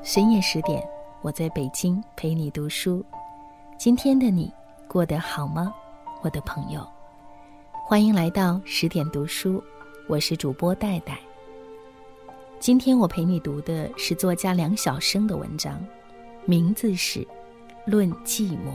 深夜10点，我在北京陪你读书。今天的你过得好吗，我的朋友？欢迎来到10点读书，我是主播戴戴。今天我陪你读的是作家梁晓声的文章，名字是《论寂寞》。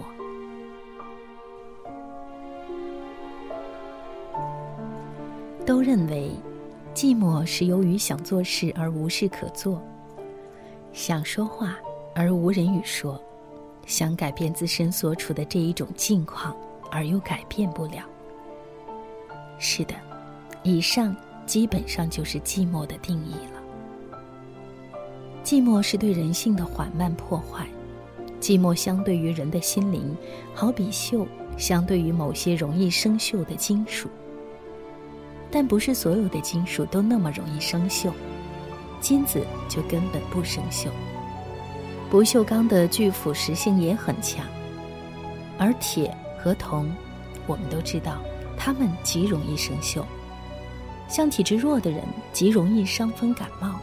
都认为寂寞是由于想做事而无事可做，想说话而无人语说，想改变自身所处的这一种境况而又改变不了。是的，以上基本上就是寂寞的定义了。寂寞是对人性的缓慢破坏，寂寞相对于人的心灵，好比锈相对于某些容易生锈的金属。但不是所有的金属都那么容易生锈，金子就根本不生锈。不锈钢的具腐蚀性也很强，而铁和铜，我们都知道，它们极容易生锈。像体质弱的人，极容易伤风感冒。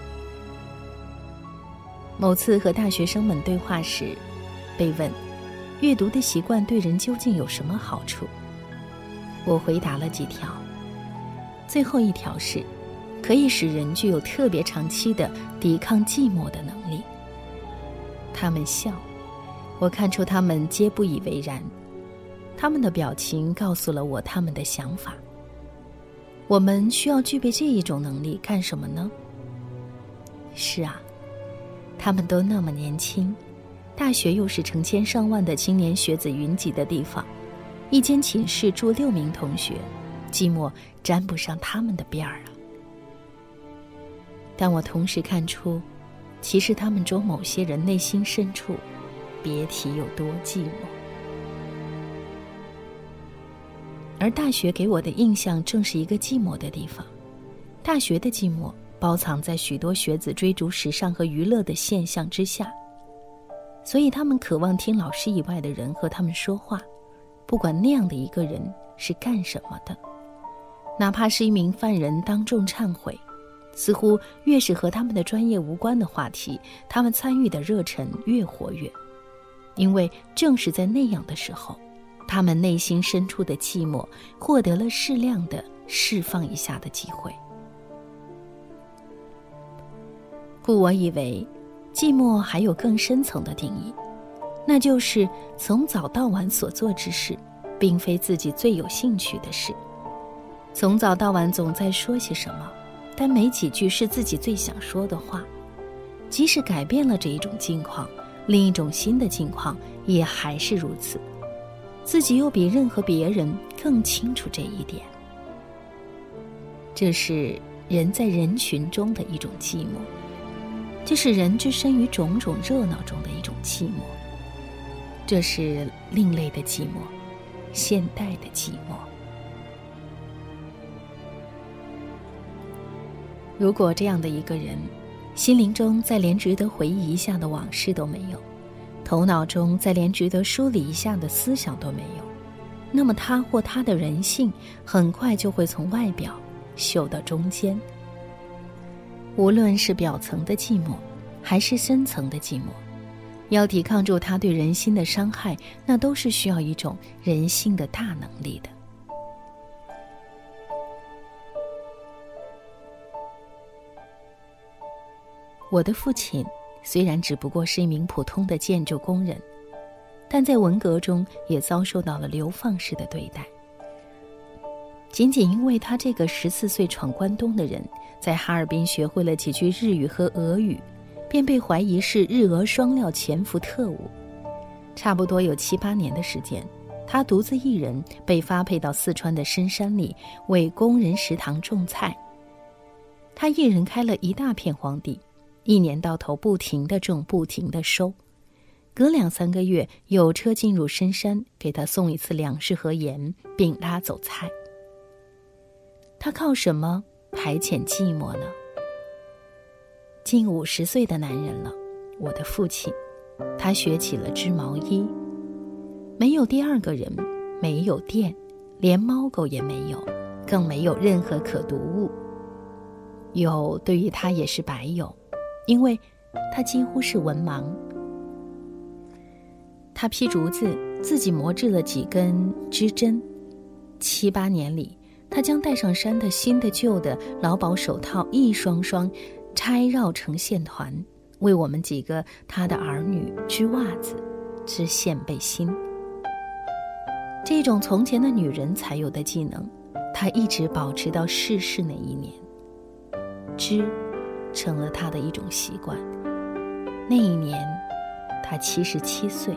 某次和大学生们对话时，被问阅读的习惯对人究竟有什么好处？我回答了几条。最后一条是，可以使人具有特别长期的抵抗寂寞的能力。他们笑，我看出他们皆不以为然。他们的表情告诉了我他们的想法。我们需要具备这一种能力干什么呢？是啊，他们都那么年轻，大学又是成千上万的青年学子云集的地方，一间寝室住6名同学，寂寞沾不上他们的边儿啊。但我同时看出，其实他们中某些人内心深处，别提有多寂寞。而大学给我的印象正是一个寂寞的地方。大学的寂寞包藏在许多学子追逐时尚和娱乐的现象之下，所以他们渴望听老师以外的人和他们说话，不管那样的一个人是干什么的。哪怕是一名犯人当众忏悔，似乎越是和他们的专业无关的话题，他们参与的热忱越活跃。因为正是在那样的时候，他们内心深处的寂寞获得了适量的释放一下的机会。故我以为寂寞还有更深层的定义，那就是从早到晚所做之事并非自己最有兴趣的事。从早到晚总在说些什么，但没几句是自己最想说的话。即使改变了这一种境况，另一种新的境况也还是如此。自己又比任何别人更清楚这一点。这是人在人群中的一种寂寞，这是人置身于种种热闹中的一种寂寞。这是另类的寂寞，现代的寂寞。如果这样的一个人，心灵中再连值得回忆一下的往事都没有，头脑中再连值得梳理一下的思想都没有，那么他或他的人性很快就会从外表锈到中间。无论是表层的寂寞，还是深层的寂寞，要抵抗住他对人心的伤害，那都是需要一种人性的大能力的。我的父亲虽然只不过是一名普通的建筑工人，但在文革中也遭受到了流放式的对待。仅仅因为他这个14岁闯关东的人，在哈尔滨学会了几句日语和俄语，便被怀疑是日俄双料潜伏特务。差不多有7、8年的时间，他独自一人被发配到四川的深山里为工人食堂种菜。他一人开了一大片荒地，一年到头不停地种，不停地收，隔2、3个月有车进入深山，给他送一次粮食和盐，并拉走菜。他靠什么排遣寂寞呢？近50岁的男人了，我的父亲，他学起了织毛衣。没有第二个人，没有电，连猫狗也没有，更没有任何可读物。有对于他也是白有，因为他几乎是文盲。他劈竹子，自己磨制了几根织针。7、8年里，他将带上山的新的旧的劳保手套一双双拆绕成线团，为我们几个他的儿女织袜子、织线背心。这种从前的女人才有的技能，她一直保持到逝世那一年。织成了她的一种习惯。那一年，她77岁。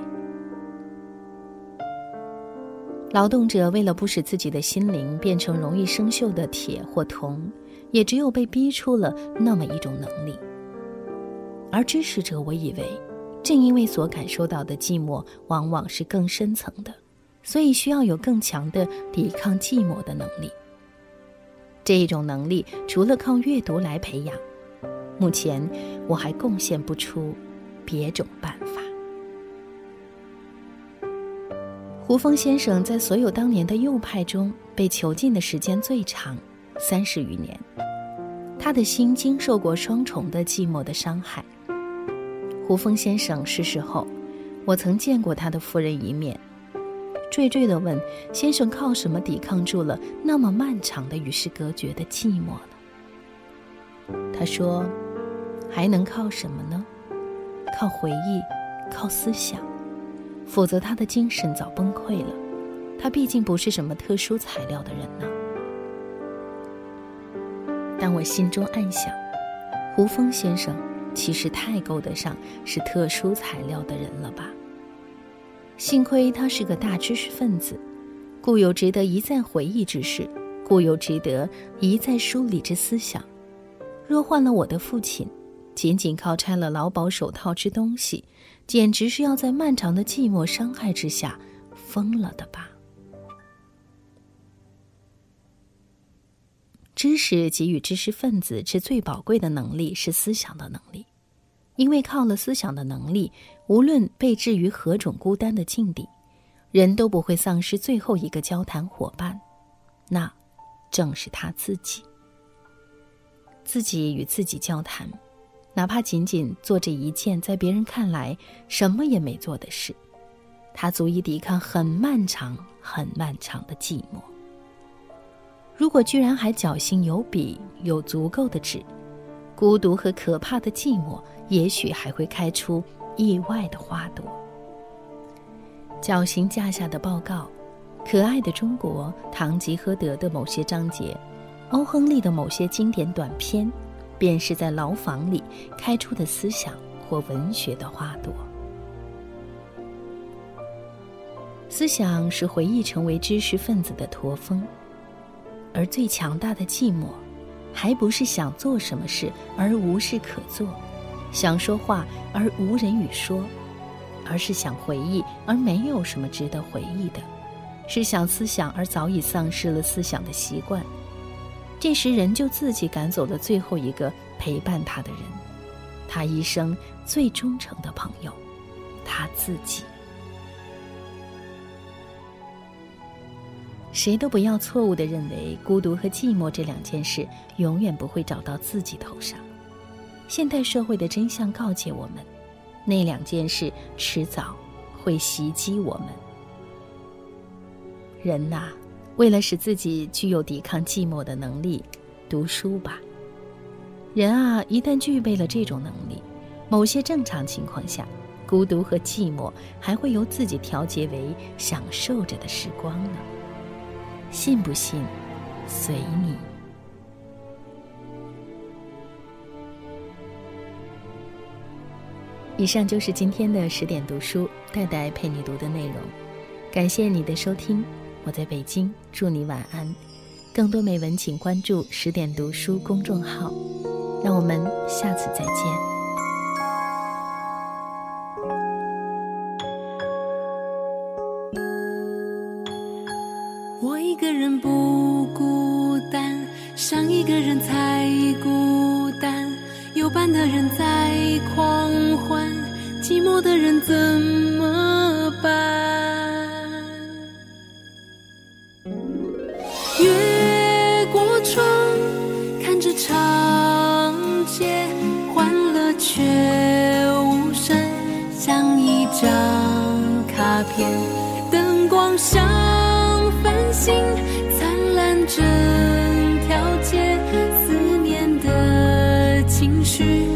劳动者为了不使自己的心灵变成容易生锈的铁或铜，也只有被逼出了那么一种能力。而知识者，我以为，正因为所感受到的寂寞往往是更深层的，所以需要有更强的抵抗寂寞的能力。这一种能力除了靠阅读来培养，目前我还贡献不出别种办法。胡风先生在所有当年的右派中被囚禁的时间最长，30余年。他的心经受过双重的寂寞的伤害。胡风先生逝世后，我曾见过他的夫人一面，惴惴地问先生靠什么抵抗住了那么漫长的与世隔绝的寂寞呢？他说，还能靠什么呢？靠回忆，靠思想，否则他的精神早崩溃了。他毕竟不是什么特殊材料的人呢。但我心中暗想，胡风先生其实太够得上是特殊材料的人了吧。幸亏他是个大知识分子，故有值得一再回忆之事，故有值得一再梳理之思想。若换了我的父亲，仅仅靠拆了劳保手套之东西，简直是要在漫长的寂寞伤害之下疯了的吧。知识给予知识分子之最宝贵的能力是思想的能力，因为靠了思想的能力，无论被置于何种孤单的境地，人都不会丧失最后一个交谈伙伴，那正是他自己。自己与自己交谈，哪怕仅仅做这一件在别人看来什么也没做的事，他足以抵抗很漫长很漫长的寂寞。如果居然还侥幸有笔，有足够的纸，孤独和可怕的寂寞也许还会开出意外的花朵。绞刑架下的报告，可爱的中国，堂吉诃德的某些章节，欧亨利的某些经典短篇，便是在牢房里开出的思想或文学的花朵。思想使回忆成为知识分子的驼峰，而最强大的寂寞，还不是想做什么事而无事可做，想说话而无人与说，而是想回忆而没有什么值得回忆的，是想思想而早已丧失了思想的习惯。这时人就自己赶走了最后一个陪伴他的人，他一生最忠诚的朋友，他自己。谁都不要错误地认为孤独和寂寞这两件事永远不会找到自己头上。现代社会的真相告诫我们，那两件事迟早会袭击我们。人呐，为了使自己具有抵抗寂寞的能力，读书吧。人啊，一旦具备了这种能力，某些正常情况下，孤独和寂寞还会由自己调节为享受着的时光呢。信不信，随你。以上就是今天的10点读书，戴戴陪你读的内容。感谢你的收听，我在北京，祝你晚安。更多美文请关注10点读书公众号，让我们下次再见。 我一个人不孤单，想一个人才孤单，有伴的人在狂欢，寂寞的人怎么办？越过窗，看着长街，欢乐却整条街思念的情绪。